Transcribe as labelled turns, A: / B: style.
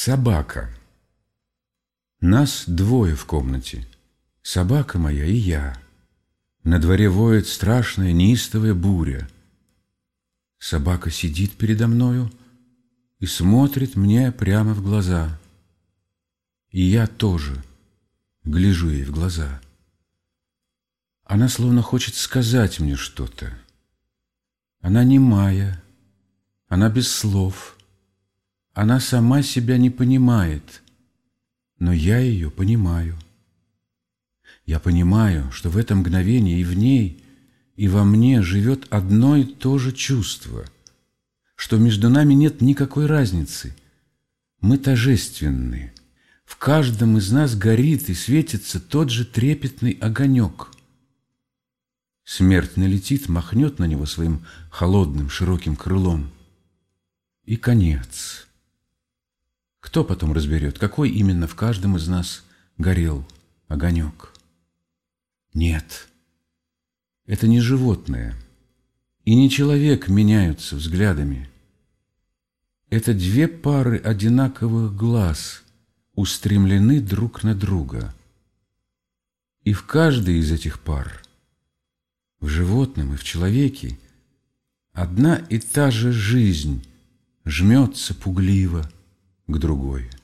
A: Собака. Нас двое в комнате. Собака моя и я. На дворе воет страшная неистовая буря. Собака сидит передо мною и смотрит мне прямо в глаза. И я тоже гляжу ей в глаза. Она словно хочет сказать мне что-то. Она немая, она без слов. Она сама себя не понимает, но я ее понимаю. Я понимаю, что в это мгновение и в ней, и во мне живет одно и то же чувство, что между нами нет никакой разницы. Мы тожественны. В каждом из нас горит и светится тот же трепетный огонек. Смерть налетит, махнет на него своим холодным широким крылом. И конец. Кто потом разберет, какой именно в каждом из нас горел огонек? Нет, это не животное и не человек меняются взглядами. Это две пары одинаковых глаз устремлены друг на друга. И в каждой из этих пар, в животном и в человеке, одна и та же жизнь жмется пугливо к другой.